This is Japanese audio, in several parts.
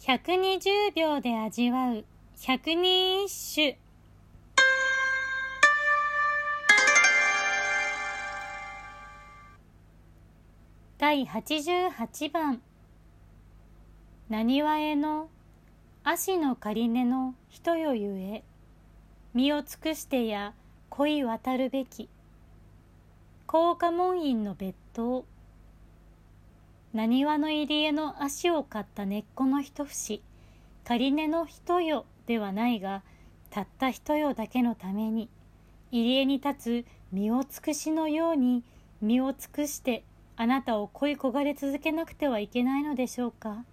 120秒で味わう百人一首。第88番。なにわへの足の仮根の人よゆえ、身を尽くしてや恋渡るべき高家門院の別当。なにわの入り江の足を刈った根っこの一節、仮根の人よではないが、たった人よだけのために入り江に立つ身を尽くしのように身を尽くしてあなたを恋焦がれ続けなくてはいけないのでしょうか。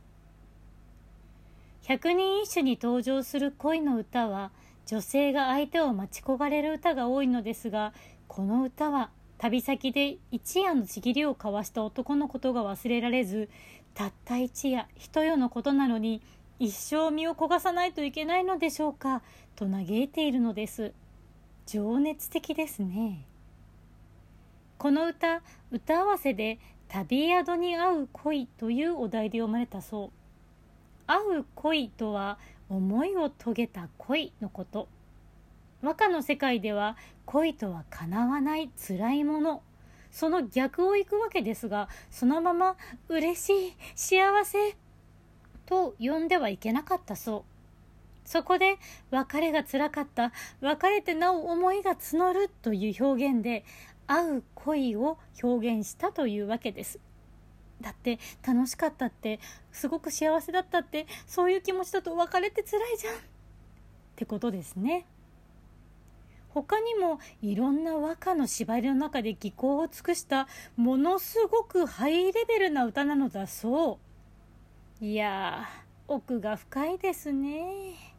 百人一首に登場する恋の歌は女性が相手を待ち焦がれる歌が多いのですが、この歌は旅先で一夜の契りを交わした男のことが忘れられず、たった一夜一夜のことなのに一生身を焦がさないといけないのでしょうかと嘆いているのです。情熱的ですね。この歌合わせで旅宿に会う恋というお題で読まれたそう。会う恋とは思いを遂げた恋のこと。和歌の世界では恋とは叶わない辛いもの、その逆を行くわけですが、そのまま嬉しい幸せと呼んではいけなかったそう。そこで別れが辛かった、別れてなお思いが募るという表現で会う恋を表現したというわけです。だって楽しかったって、すごく幸せだったって、そういう気持ちだと別れって辛いじゃんってことですね。他にもいろんな和歌の縛りの中で技巧を尽くしたものすごくハイレベルな歌なのだそう。いやー、奥が深いですね。